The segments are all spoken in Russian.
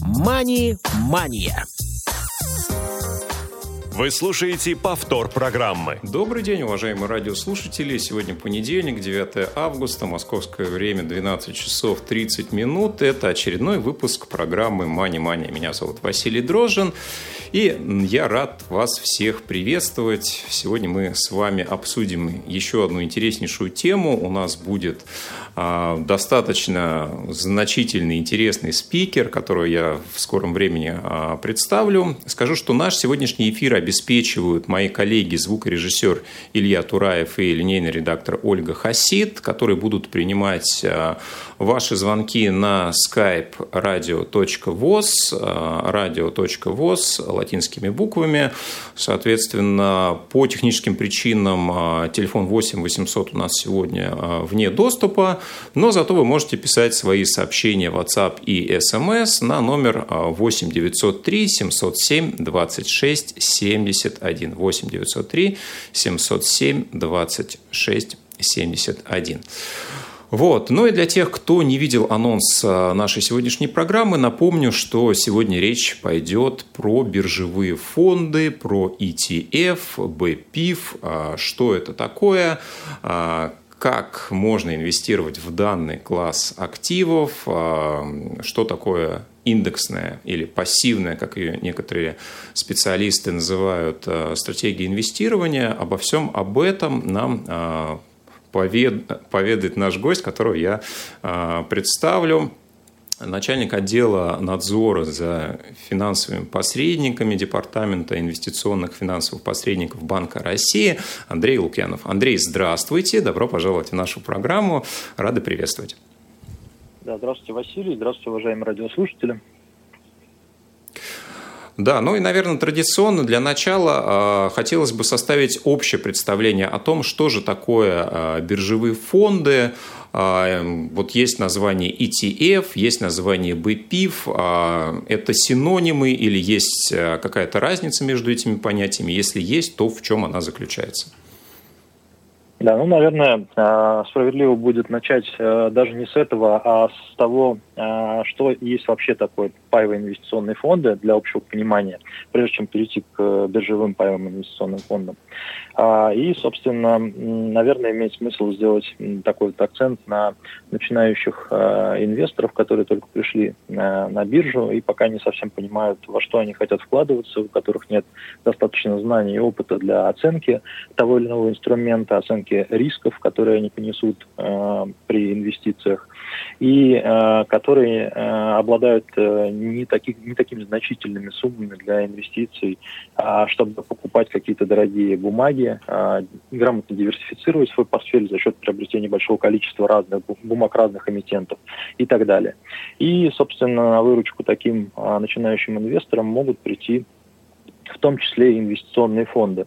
«Мани-мания». Вы слушаете повтор программы. Добрый день, уважаемые радиослушатели. Сегодня понедельник, 9 августа, московское время, 12 часов 30 минут. Это очередной выпуск программы «Мани-мания». Меня зовут Василий Дрожжин, и я рад вас всех приветствовать. Сегодня мы с вами обсудим еще одну интереснейшую тему. У нас будет достаточно значительный, интересный спикер, которого я в скором времени представлю. Скажу, что наш сегодняшний эфир обеспечивают мои коллеги, звукорежиссер Илья Тураев и линейный редактор Ольга Хасид, которые будут принимать ваши звонки на skype radio.voz латинскими буквами. Соответственно, по техническим причинам телефон 8 800 у нас сегодня вне доступа, но зато вы можете писать свои сообщения в WhatsApp и SMS на номер 8 903 707 26 71. 8 903 707 26 71. Вот. Ну и для тех, кто не видел анонс нашей сегодняшней программы, напомню, что сегодня речь пойдет про биржевые фонды, про ETF, BPIF, что это такое, как можно инвестировать в данный класс активов, что такое индексная или пассивная, как ее некоторые специалисты называют, стратегия инвестирования. Обо всем об этом нам поведает наш гость, которого я представлю. Начальник отдела надзора за финансовыми посредниками Департамента инвестиционных финансовых посредников Банка России Андрей Лукьянов. Андрей, здравствуйте, добро пожаловать в нашу программу, рады приветствовать. Да, здравствуйте, Василий, здравствуйте, уважаемые радиослушатели. Да, ну и, наверное, традиционно для начала хотелось бы составить общее представление о том, что же такое биржевые фонды. Вот есть название ETF, есть название BPIF. Это синонимы или есть какая-то разница между этими понятиями? Если есть, то в чем она заключается? Да, ну, наверное, справедливо будет начать даже не с этого, а с того, что есть вообще такое паевые инвестиционные фонды для общего понимания, прежде чем перейти к биржевым паевым инвестиционным фондам. И, собственно, наверное, имеет смысл сделать такой вот акцент на начинающих инвесторов, которые только пришли на биржу и пока не совсем понимают, во что они хотят вкладываться, у которых нет достаточно знаний и опыта для оценки того или иного инструмента, оценки рисков, которые они понесут при инвестициях, и которые обладают не такими значительными суммами для инвестиций, чтобы покупать какие-то дорогие бумаги, грамотно диверсифицировать свой портфель за счет приобретения большого количества разных бумаг разных эмитентов и так далее. И, собственно, на выручку таким начинающим инвесторам могут прийти в том числе и инвестиционные фонды,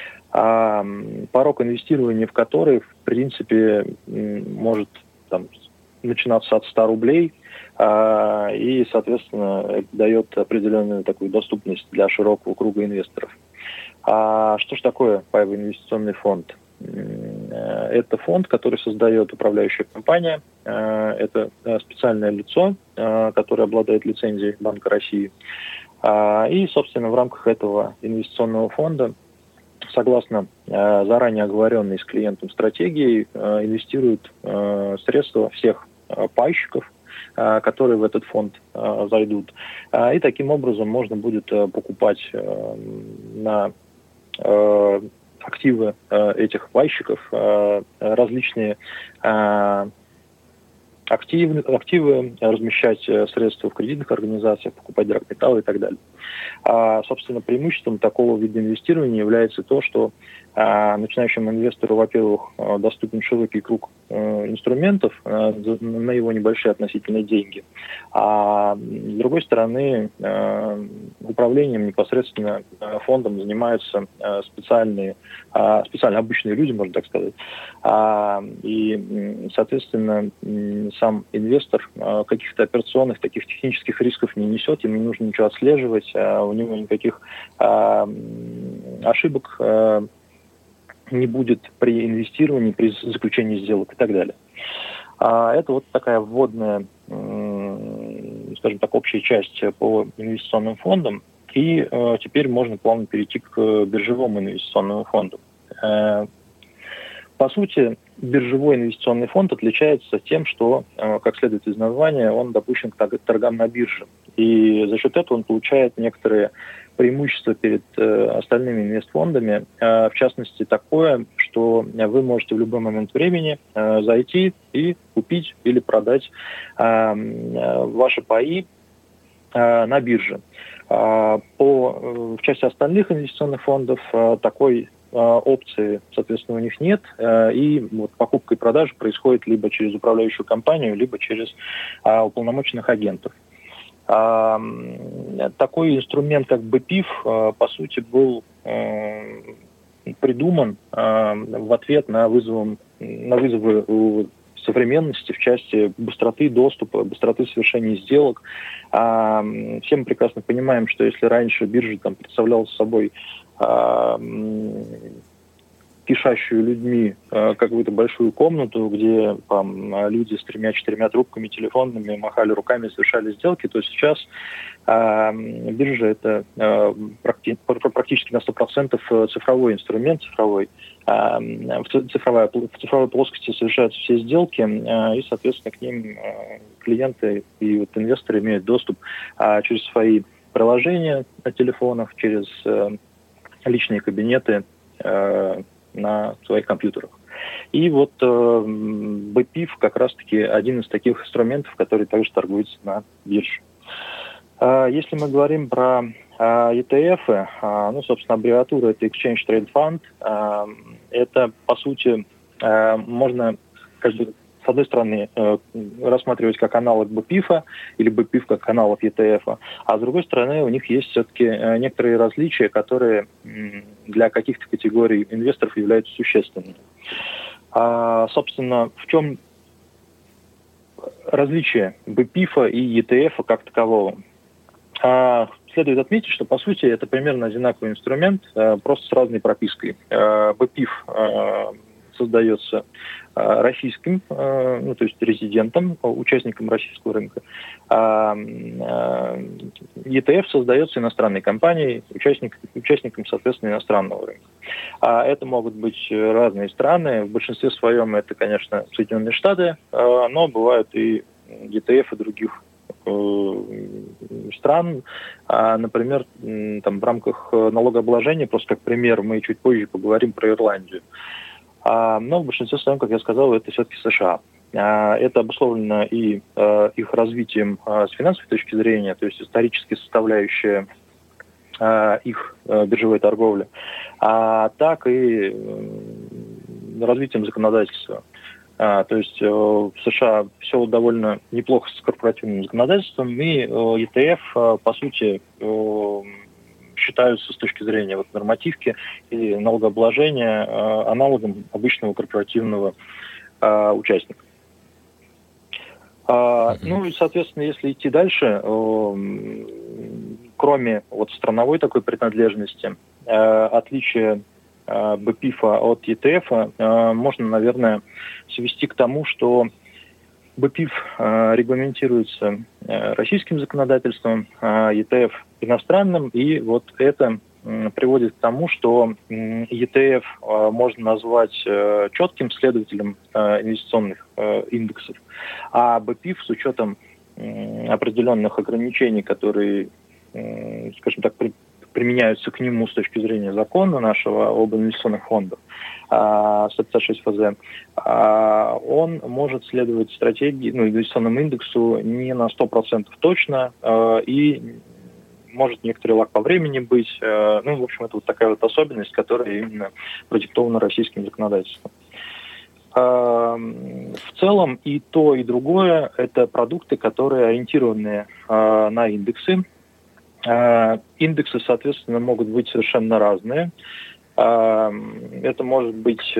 порог инвестирования в которые, в принципе, может начинаться от 100 рублей и, соответственно, дает определенную такую доступность для широкого круга инвесторов. Что же такое паевый инвестиционный фонд? Это фонд, который создает управляющая компания, это специальное лицо, которое обладает лицензией Банка России. И, собственно, в рамках этого инвестиционного фонда, согласно заранее оговоренной с клиентом стратегии, инвестируют средства всех пайщиков, которые в этот фонд зайдут. И таким образом можно будет покупать на активы этих пайщиков различные активы, размещать средства в кредитных организациях, покупать драгметаллы и так далее. Собственно, преимуществом такого вида инвестирования является то, что начинающему инвестору, во-первых, доступен широкий круг инструментов на его небольшие относительные деньги. А с другой стороны, управлением непосредственно фондом занимаются специально обычные люди, можно так сказать. И, соответственно, сам инвестор каких-то операционных, таких технических рисков не несет, ему не нужно ничего отслеживать, у него никаких ошибок не будет при инвестировании, при заключении сделок и так далее. Это вот такая вводная скажем так, общая часть по инвестиционным фондам, и теперь можно плавно перейти к биржевому инвестиционному фонду. По сути, биржевой инвестиционный фонд отличается тем, что, как следует из названия, он допущен к торгам на бирже. И за счет этого он получает некоторые преимущества перед остальными инвестфондами. В частности, такое, что вы можете в любой момент времени зайти и купить или продать ваши паи на бирже. В части остальных инвестиционных фондов такой опции, соответственно, у них нет, и вот покупка и продажа происходит либо через управляющую компанию, либо через уполномоченных агентов. Такой инструмент, как BPIF, по сути, был придуман в ответ на вызовы современности в части быстроты доступа, быстроты совершения сделок. Все мы прекрасно понимаем, что если раньше биржа представляла собой кишащую людьми какую-то большую комнату, где люди с 3-4 трубками телефонными махали руками, совершали сделки, то сейчас биржа это практически на 100% цифровой инструмент, в цифровой плоскости совершаются все сделки, и, соответственно, к ним клиенты и инвесторы имеют доступ через свои приложения на телефонах, через личные кабинеты на своих компьютерах. И вот BPIF как раз-таки один из таких инструментов, который также торгуется на бирже. Если мы говорим про ETF, собственно, аббревиатура это Exchange Trade Fund. Это, по сути, можно с одной стороны рассматривать как аналог BPIF или BPIF как аналог ETF, а с другой стороны у них есть все-таки некоторые различия, которые для каких-то категорий инвесторов являются существенными. Собственно, в чем различие BPIF и ETF как такового? Следует отметить, что, по сути, это примерно одинаковый инструмент, просто с разной пропиской. BPIF создается российским, то есть резидентом, участником российского рынка. ETF создается иностранной компанией, участником, соответственно, иностранного рынка. Это могут быть разные страны. В большинстве своем это, конечно, Соединенные Штаты, но бывают и ETF и других стран. Например, в рамках налогообложения, просто как пример, мы чуть позже поговорим про Ирландию. Но в большинстве своем, как я сказал, это все-таки США. Это обусловлено и их развитием с финансовой точки зрения, то есть исторически составляющая их биржевой торговли, так и развитием законодательства. То есть в США все довольно неплохо с корпоративным законодательством, и ETF, по сути, считаются с точки зрения нормативки и налогообложения аналогом обычного корпоративного участника. И, соответственно, если идти дальше, кроме страновой такой принадлежности, отличия BPIF от ETF можно, наверное, свести к тому, что BPIF регламентируется российским законодательством, ETF иностранным, и это приводит к тому, что ETF можно назвать четким следователем инвестиционных индексов, а BPIF с учетом определенных ограничений, которые, скажем так, применяются к нему с точки зрения закона нашего об инвестиционных фондах, 156 ФЗ, он может следовать стратегии, инвестиционному индексу не на 100% точно, и может некоторый лаг по времени быть. В общем, это такая особенность, которая именно продиктована российским законодательством. В целом и то, и другое – это продукты, которые ориентированы на индексы. Индексы, соответственно, могут быть совершенно разные. Это может быть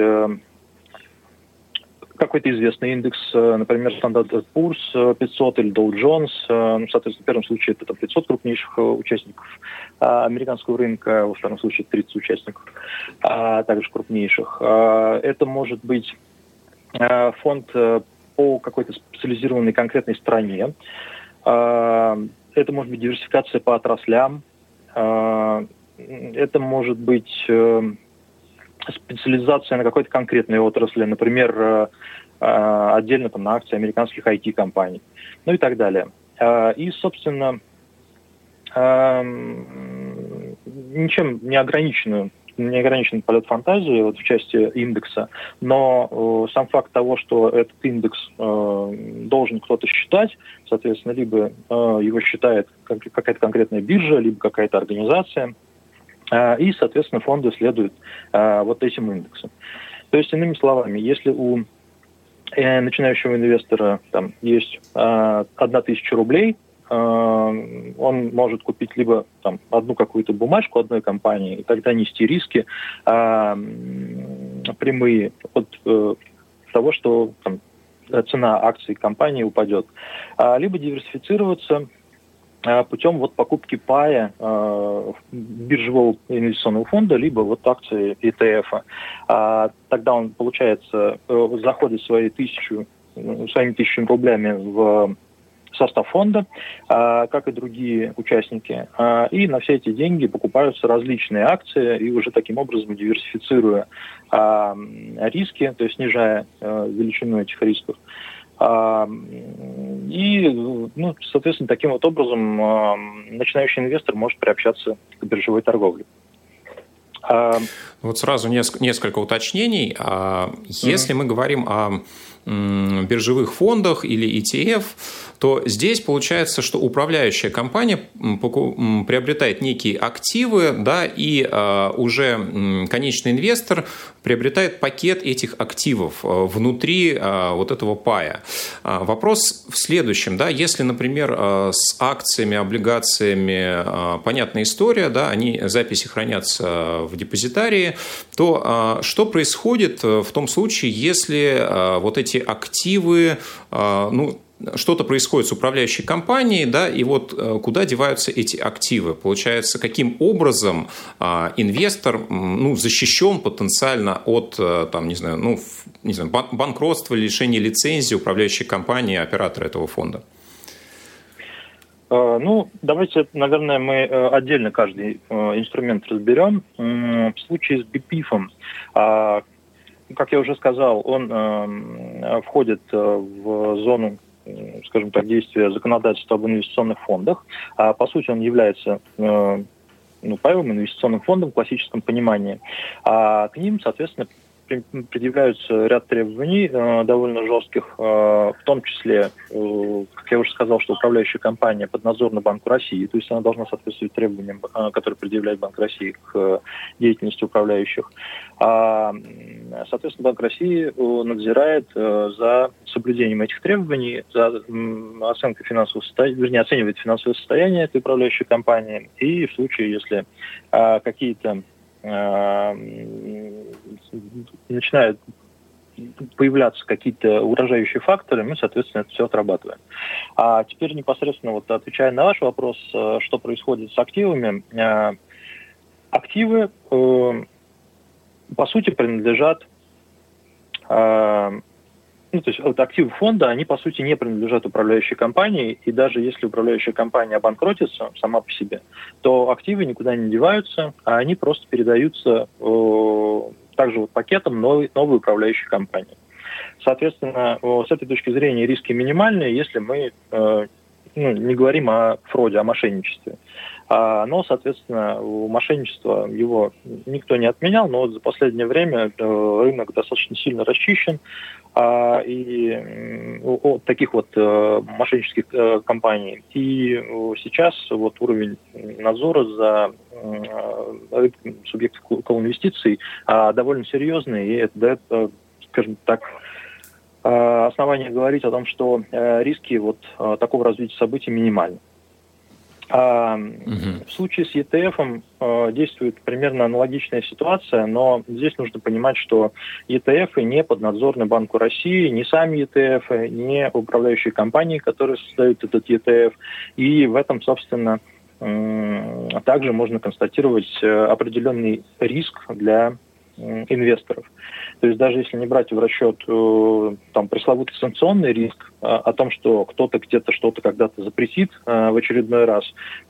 какой-то известный индекс, например, Standard & Poor's 500 или Dow Jones. Соответственно, в первом случае это 500 крупнейших участников американского рынка, во втором случае 30 участников, также крупнейших. Это может быть фонд по какой-то специализированной конкретной стране. Это может быть диверсификация по отраслям, это может быть специализация на какой-то конкретной отрасли, например, отдельно там, на акции американских IT-компаний, ну и так далее. И, собственно, ничем не ограничен полет фантазии вот, в части индекса, но сам факт того, что этот индекс должен кто-то считать, соответственно, либо его считает какая-то конкретная биржа, либо какая-то организация, и, соответственно, фонды следуют вот этим индексам. То есть, иными словами, если у начинающего инвестора там есть 1000 рублей, он может купить либо там, одну какую-то бумажку одной компании и тогда нести риски прямые от того, что там, цена акций компании упадет, либо диверсифицироваться путем вот покупки пая биржевого инвестиционного фонда, либо вот акции ETF. Тогда он, получается, заходит своими 1000 рублями в состав фонда, как и другие участники. И на все эти деньги покупаются различные акции, и уже таким образом диверсифицируя риски, то есть снижая величину этих рисков. И, ну, соответственно, таким вот образом начинающий инвестор может приобщаться к биржевой торговле. Вот сразу несколько уточнений. Если мы говорим о биржевых фондах или ETF, то здесь получается, что управляющая компания приобретает некие активы, да, и уже конечный инвестор приобретает пакет этих активов внутри вот этого пая. Вопрос в следующем, да, если, например, с акциями, облигациями понятная история, да, записи хранятся в депозитарии, то что происходит в том случае, если вот эти активы, ну, что-то происходит с управляющей компанией, да, и вот куда деваются эти активы? Получается, каким образом инвестор, ну, защищен потенциально от, там, не знаю, банкротства или лишения лицензии управляющей компании, оператора этого фонда? Ну, давайте, наверное, мы отдельно каждый инструмент разберем. В случае с BPIF, как я уже сказал, он входит в зону, скажем так, действия законодательства об инвестиционных фондах. По сути, он является паевым инвестиционным фондом в классическом понимании. К ним, соответственно, предъявляются ряд требований довольно жестких, в том числе, как я уже сказал, что управляющая компания поднадзорна Банку России, то есть она должна соответствовать требованиям, которые предъявляет Банк России к деятельности управляющих. Соответственно, Банк России надзирает за соблюдением этих требований, за оценкой финансового состояния, оценивает финансовое состояние этой управляющей компании, и в случае, если какие-то начинают появляться какие-то угрожающие факторы, мы, соответственно, это все отрабатываем. А теперь непосредственно вот отвечая на ваш вопрос, что происходит с активами. Активы, по сути, принадлежат, то есть вот активы фонда, они, по сути, не принадлежат управляющей компании, и даже если управляющая компания обанкротится сама по себе, то активы никуда не деваются, а они просто передаются также вот пакетом новой управляющей компании. Соответственно, с этой точки зрения риски минимальные, если мы не говорим о фроде, о мошенничестве. Но, соответственно, мошенничество его никто не отменял, но вот за последнее время рынок достаточно сильно расчищен, и от таких вот мошеннических компаний. И сейчас вот уровень надзора за субъектами колл-инвестиций довольно серьезный, и это дает, скажем так, основание говорить о том, что риски вот такого развития событий минимальны. В случае с ETF действует примерно аналогичная ситуация, но здесь нужно понимать, что ETF не поднадзорны Банку России, не сами ETF, не управляющие компании, которые создают этот ETF. И в этом, собственно, также можно констатировать определенный риск для инвесторов. То есть даже если не брать в расчет там, пресловутый санкционный риск о том, что кто-то где-то что-то когда-то запретит в очередной раз,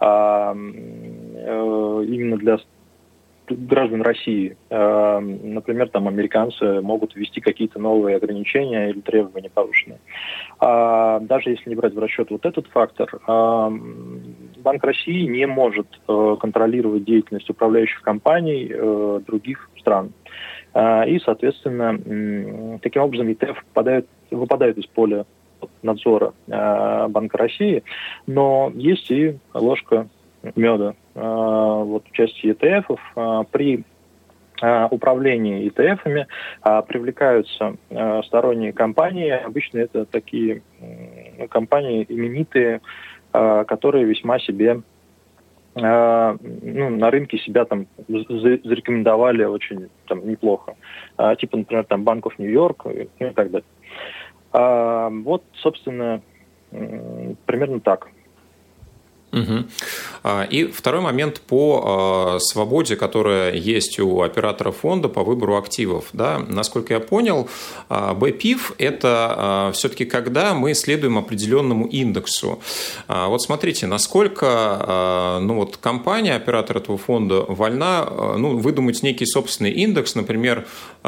именно для граждан России, например, там американцы могут ввести какие-то новые ограничения или требования повышенные. Даже если не брать в расчет вот этот фактор, Банк России не может контролировать деятельность управляющих компаний других стран. И, соответственно, таким образом ETF выпадают из поля надзора Банка России, но есть и ложка меда. Вот в части ETF при управлении ETF-ами привлекаются сторонние компании. Обычно это такие компании именитые, которые весьма себе на рынке себя там зарекомендовали очень там, неплохо. Типа, например, там Bank of New York и так далее. Вот, собственно, примерно так. Угу. И второй момент по свободе, которая есть у оператора фонда по выбору активов. Да? Насколько я понял, BPIF – это все-таки когда мы следуем определенному индексу. Вот смотрите, насколько компания, оператор этого фонда, вольна выдумать некий собственный индекс, например,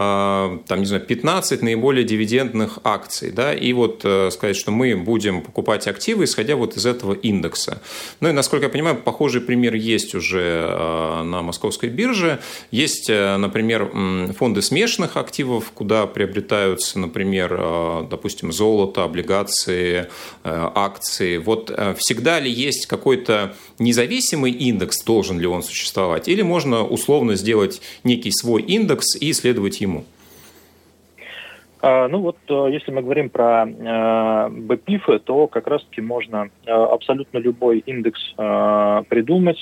15 наиболее дивидендных акций, да? И вот сказать, что мы будем покупать активы, исходя вот из этого индекса. Ну и, насколько я понимаю, похожий пример есть уже на московской бирже. Есть, например, фонды смешанных активов, куда приобретаются, например, допустим, золото, облигации, акции. Вот всегда ли есть какой-то независимый индекс, должен ли он существовать, или можно условно сделать некий свой индекс и следовать ему? Если мы говорим про BPIF, то как раз-таки можно абсолютно любой индекс придумать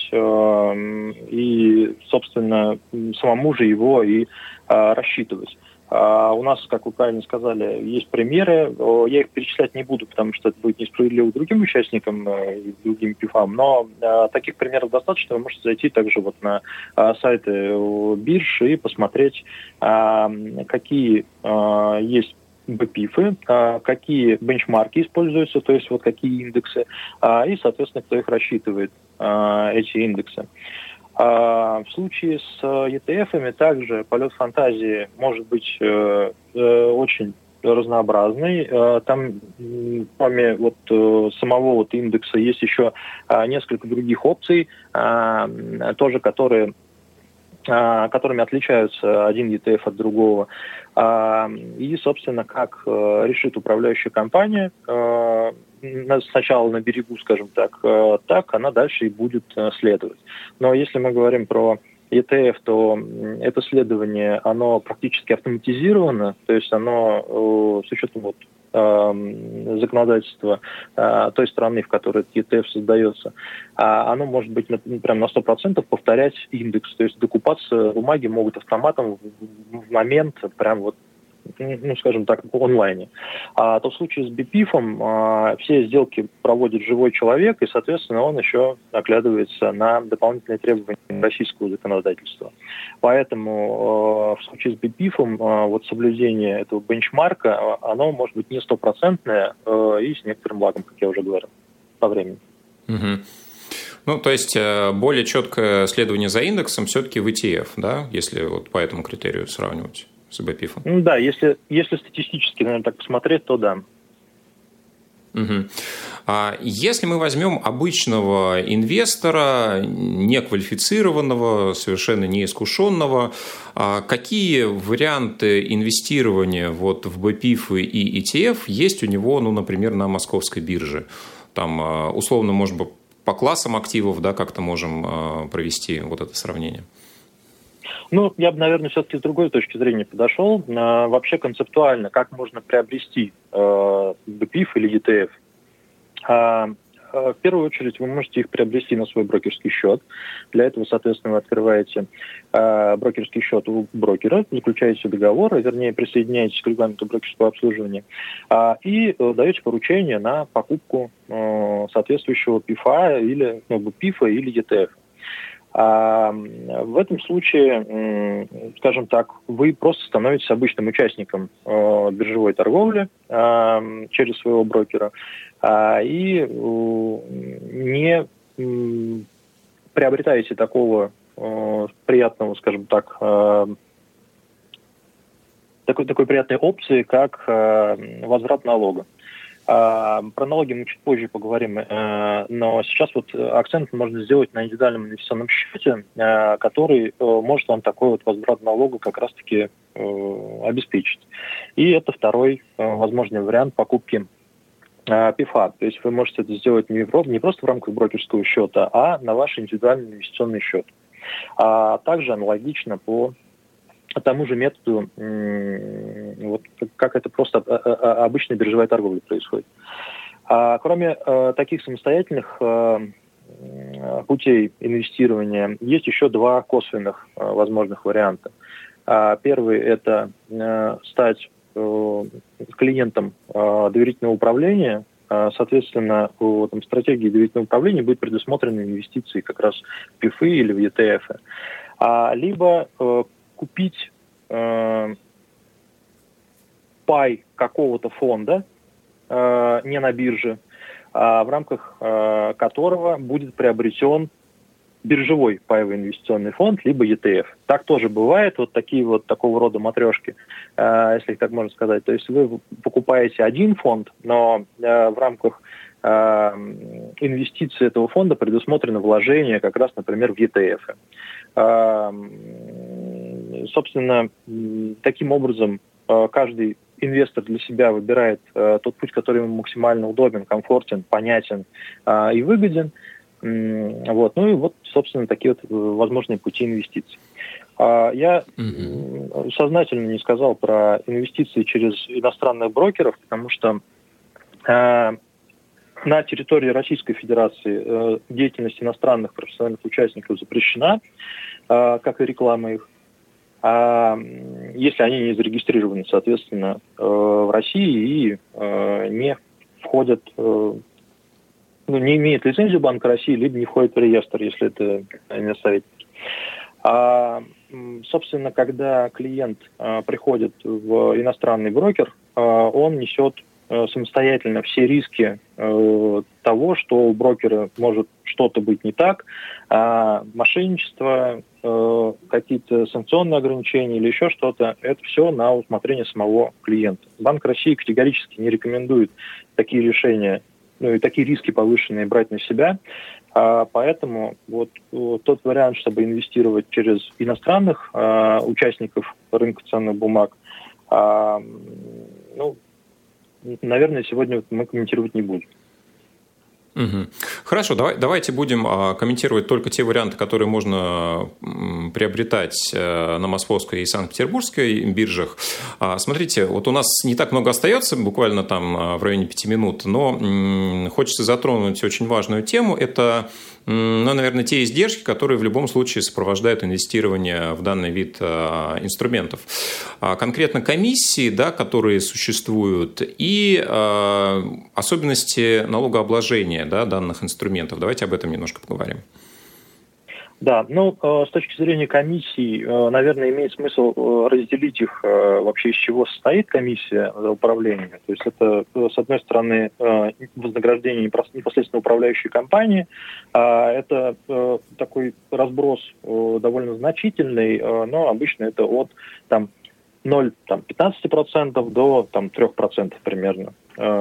и, собственно, самому же его и рассчитывать. У нас, как вы правильно сказали, есть примеры. Я их перечислять не буду, потому что это будет несправедливо другим участникам и другим ПИФам, но таких примеров достаточно. Вы можете зайти также вот на сайты бирж и посмотреть, какие есть BPIF, какие бенчмарки используются, то есть вот какие индексы, и, соответственно, кто их рассчитывает, эти индексы. В случае с ETF-ами также полет фантазии может быть очень разнообразный. Там, кроме самого индекса, есть еще несколько других опций, тоже которыми отличаются один ETF от другого. И, собственно, как решит управляющая компания, сначала на берегу, скажем так, она дальше и будет следовать. Но если мы говорим про ETF, то это следование, оно практически автоматизировано, то есть оно с учетом законодательства той страны, в которой этот ETF создается, оно может быть прям на 100% повторять индекс, то есть докупаться бумаги могут автоматом в момент прям скажем так, в онлайне. То в случае с BPIF все сделки проводит живой человек, и, соответственно, он еще оглядывается на дополнительные требования российского законодательства. Поэтому в случае с BPIF соблюдение этого бенчмарка, оно может быть не стопроцентное и с некоторым лагом, как я уже говорил, по времени. Угу. То есть более четкое следование за индексом все-таки в ETF, да, если по этому критерию сравнивать с BPIF? Да, если статистически, наверное, так посмотреть, то да. Угу. Если мы возьмем обычного инвестора, неквалифицированного, совершенно неискушенного, какие варианты инвестирования в BPIF и ETF есть у него, например, на московской бирже? Там, условно, может быть, по классам активов, да, как-то можем провести это сравнение? Я бы, наверное, все-таки с другой точки зрения подошел. Вообще концептуально, как можно приобрести BPIF или ETF? В первую очередь вы можете их приобрести на свой брокерский счет. Для этого, соответственно, вы открываете брокерский счет у брокера, заключаете договор, вернее, присоединяетесь к регламенту брокерского обслуживания и даете поручение на покупку соответствующего BPIF или ETF. В этом случае, скажем так, вы просто становитесь обычным участником биржевой торговли через своего брокера и не приобретаете такого приятного, скажем так, такой приятной опции, как возврат налога. Про налоги мы чуть позже поговорим, но сейчас вот акцент можно сделать на индивидуальном инвестиционном счете, который может вам такой вот возврат налога как раз-таки обеспечить. И это второй возможный вариант покупки ПИФа. То есть вы можете это сделать не просто в рамках брокерского счета, а на ваш индивидуальный инвестиционный счет. А также аналогично по тому же методу, вот как это просто обычная биржевая торговля происходит. Кроме таких самостоятельных путей инвестирования, есть еще два косвенных возможных варианта. Первый – это стать клиентом доверительного управления. Соответственно, в стратегии доверительного управления будет предусмотрены инвестиции как раз в ПИФы или в ETF. Либо купить пай какого-то фонда не на бирже, в рамках которого будет приобретен биржевой паевый инвестиционный фонд, либо ETF. Так тоже бывает, вот такие вот такого рода матрешки, если их так можно сказать. То есть вы покупаете один фонд, но в рамках инвестиций этого фонда предусмотрено вложение как раз, например, в ETF. Собственно, таким образом каждый инвестор для себя выбирает тот путь, который ему максимально удобен, комфортен, понятен и выгоден. Вот. Ну и вот, собственно, такие вот возможные пути инвестиций. Я сознательно не сказал про инвестиции через иностранных брокеров, потому что на территории Российской Федерации деятельность иностранных профессиональных участников запрещена, как и реклама их, если они не зарегистрированы, соответственно, в России и не входят, не имеют лицензию Банка России, либо не входят в реестр, если это инвестсоветники. Собственно, когда клиент приходит в иностранный брокер, он несет самостоятельно все риски того, что у брокера может что-то быть не так, мошенничество, какие-то санкционные ограничения или еще что-то, это все на усмотрение самого клиента. Банк России категорически не рекомендует такие решения, и такие риски повышенные брать на себя, поэтому вот тот вариант, чтобы инвестировать через иностранных участников рынка ценных бумаг, наверное, сегодня мы комментировать не будем. Угу. Хорошо, давайте будем комментировать только те варианты, которые можно приобретать на Московской и Санкт-Петербургской биржах. Смотрите, вот у нас не так много остается, буквально там в районе 5 минут, но хочется затронуть очень важную тему. Это, наверное, те издержки, которые в любом случае сопровождают инвестирование в данный вид инструментов. Конкретно комиссии, да, которые существуют, и особенности налогообложения, да, данных инструментов. Давайте об этом немножко поговорим. Да, с точки зрения комиссий, наверное, имеет смысл разделить их вообще, из чего состоит комиссия за управление. То есть это, с одной стороны, вознаграждение непосредственно управляющей компании. Это такой разброс довольно значительный, но обычно это от 0,15% до 3% примерно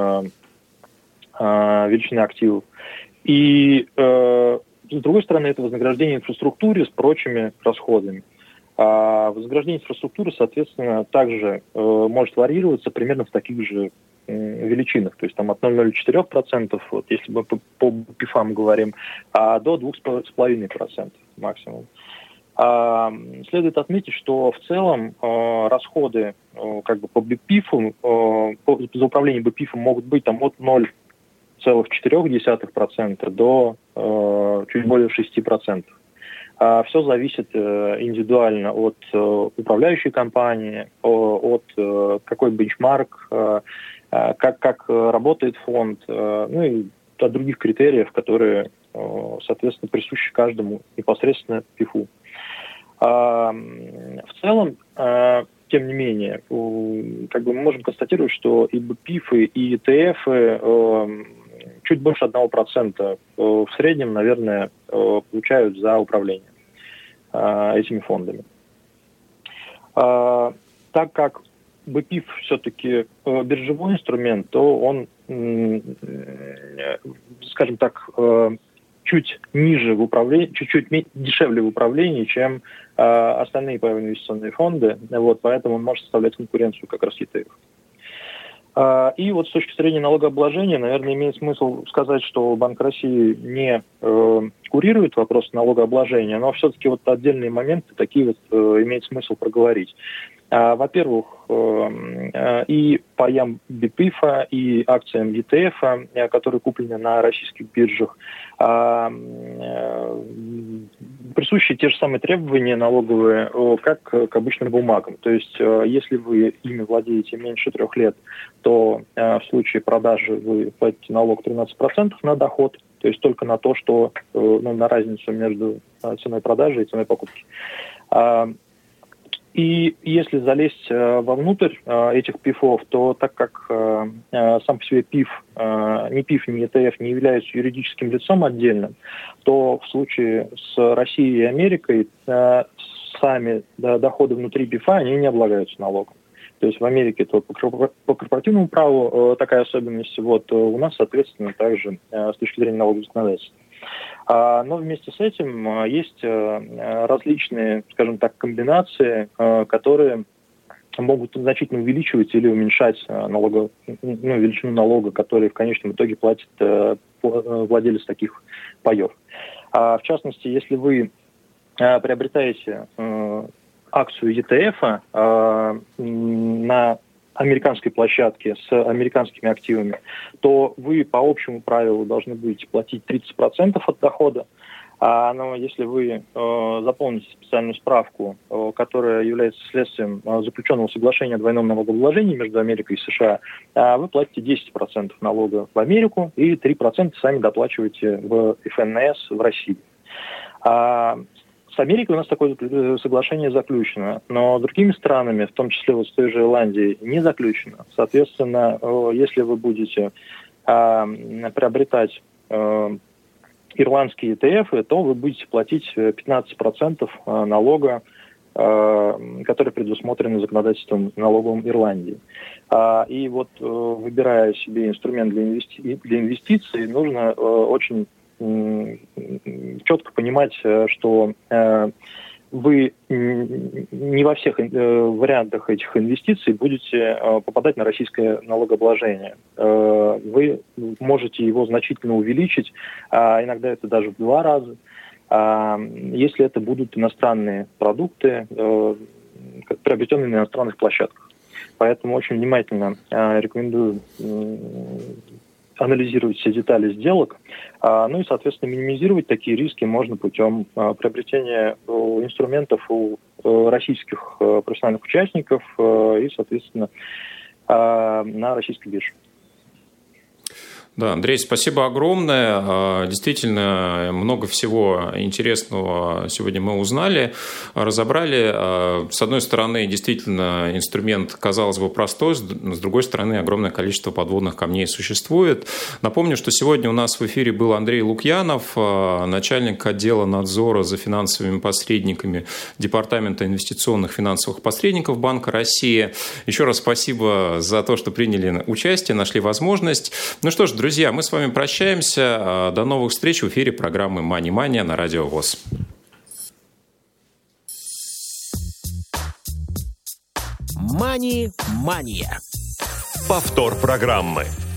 величины активов. И с другой стороны, это вознаграждение инфраструктуре с прочими расходами. Вознаграждение инфраструктуры, соответственно, также может варьироваться примерно в таких же величинах, то есть там от 0,04%, вот, если мы по ПИФам говорим, до 2,5% максимум. Следует отметить, что в целом расходы по БПИФу, за управление БПИФом могут быть там от 0,4% до чуть более 6%. Все зависит индивидуально от управляющей компании, от какой бенчмарк, как работает фонд, и от других критериев, которые соответственно, присущи каждому непосредственно ПИФу. В целом, тем не менее, как бы мы можем констатировать, что и БПИФы, и ETF чуть больше 1% в среднем, наверное, получают за управление этими фондами. Так как БПИФ все-таки биржевой инструмент, то он, скажем так, чуть ниже в управлении, чуть-чуть дешевле в управлении, чем остальные паевые инвестиционные фонды. Вот, поэтому он может составлять конкуренцию как раз ETF. И вот с точки зрения налогообложения, наверное, имеет смысл сказать, что Банк России не курирует вопрос налогообложения, но все-таки вот отдельные моменты такие вот имеет смысл проговорить. Во-первых, и паям БПИФа, и акциям ETF, которые куплены на российских биржах, присущи те же самые требования налоговые, как к обычным бумагам. То есть, если вы ими владеете меньше 3 лет, то в случае продажи вы платите налог 13% на доход, то есть только на то, что, на разницу между ценой продажи и ценой покупки. И если залезть вовнутрь этих ПИФов, то так как сам по себе ПИФ, ни ПИФ, ни ETF не являются юридическим лицом отдельным, то в случае с Россией и Америкой сами доходы внутри ПИФа, они не облагаются налогом. То есть в Америке то по корпоративному праву такая особенность, вот у нас, соответственно, также с точки зрения налогового законодательства. Но вместе с этим есть различные, скажем так, комбинации, которые могут значительно увеличивать или уменьшать величину налога, который в конечном итоге платит владелец таких паев. В частности, если вы приобретаете акцию ETF на американской площадке с американскими активами, то вы по общему правилу должны будете платить 30% от дохода. Но если вы заполните специальную справку, которая является следствием заключенного соглашения о двойном налогообложении между Америкой и США, вы платите 10% налога в Америку и 3% сами доплачиваете в ФНС в России. С Америкой у нас такое соглашение заключено, но другими странами, в том числе вот с той же Ирландией, не заключено. Соответственно, если вы будете приобретать ирландские ETF, то вы будете платить 15% налога, который предусмотрен законодательством налоговым Ирландии. И вот, выбирая себе инструмент для инвестиций, нужно очень четко понимать, что вы не во всех вариантах этих инвестиций будете попадать на российское налогообложение. Вы можете его значительно увеличить, иногда это даже в 2 раза, если это будут иностранные продукты, приобретенные на иностранных площадках. Поэтому очень внимательно рекомендую анализировать все детали сделок, и, соответственно, минимизировать такие риски можно путем приобретения инструментов у российских профессиональных участников и, соответственно, на российской бирже. Да, Андрей, спасибо огромное. Действительно, много всего интересного сегодня мы узнали, разобрали. С одной стороны, действительно, инструмент, казалось бы, простой, с другой стороны, огромное количество подводных камней существует. Напомню, что сегодня у нас в эфире был Андрей Лукьянов, начальник отдела надзора за финансовыми посредниками Департамента инвестиционных финансовых посредников Банка России. Еще раз спасибо за то, что приняли участие, нашли возможность. Ну что ж, друзья, мы с вами прощаемся. До новых встреч в эфире программы «Мани-Мания» на Радио ВОС. Повтор программы.